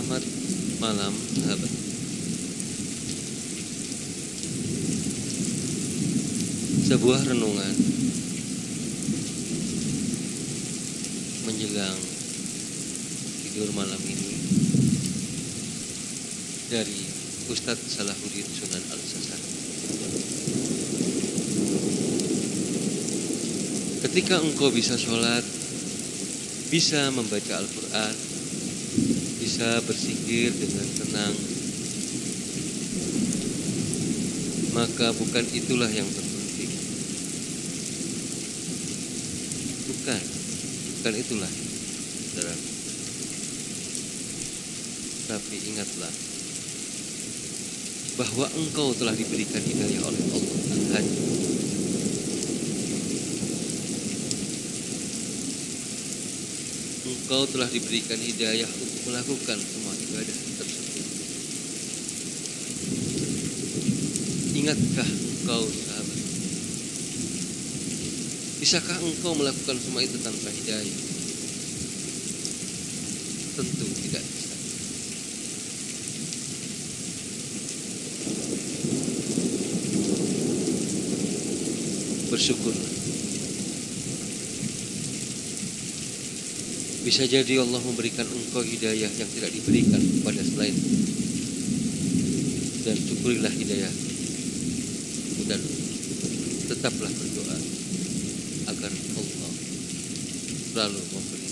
Selamat malam, sahabat. Sebuah renungan menjelang tidur malam ini dari Ustadz Salahuddin Sunan Al-Sasani. Ketika engkau bisa sholat, bisa membaca Al-Quran, bisa berzikir dengan tenang, maka bukan itulah yang terpenting. Bukan itulah, saudara. Tapi ingatlah bahwa engkau telah diberikan hidayah oleh Allah Al-Hadi. Engkau telah diberikan hidayah untuk melakukan semua ibadah tersebut. Ingatkah engkau, sahabat? Bisakah engkau melakukan semua itu tanpa hidayah? Tentu tidak bisa. Bersyukurlah. Bisa jadi Allah memberikan engkau hidayah yang tidak diberikan kepada selain, dan syukurilah hidayah dan tetaplah berdoa agar Allah selalu memberi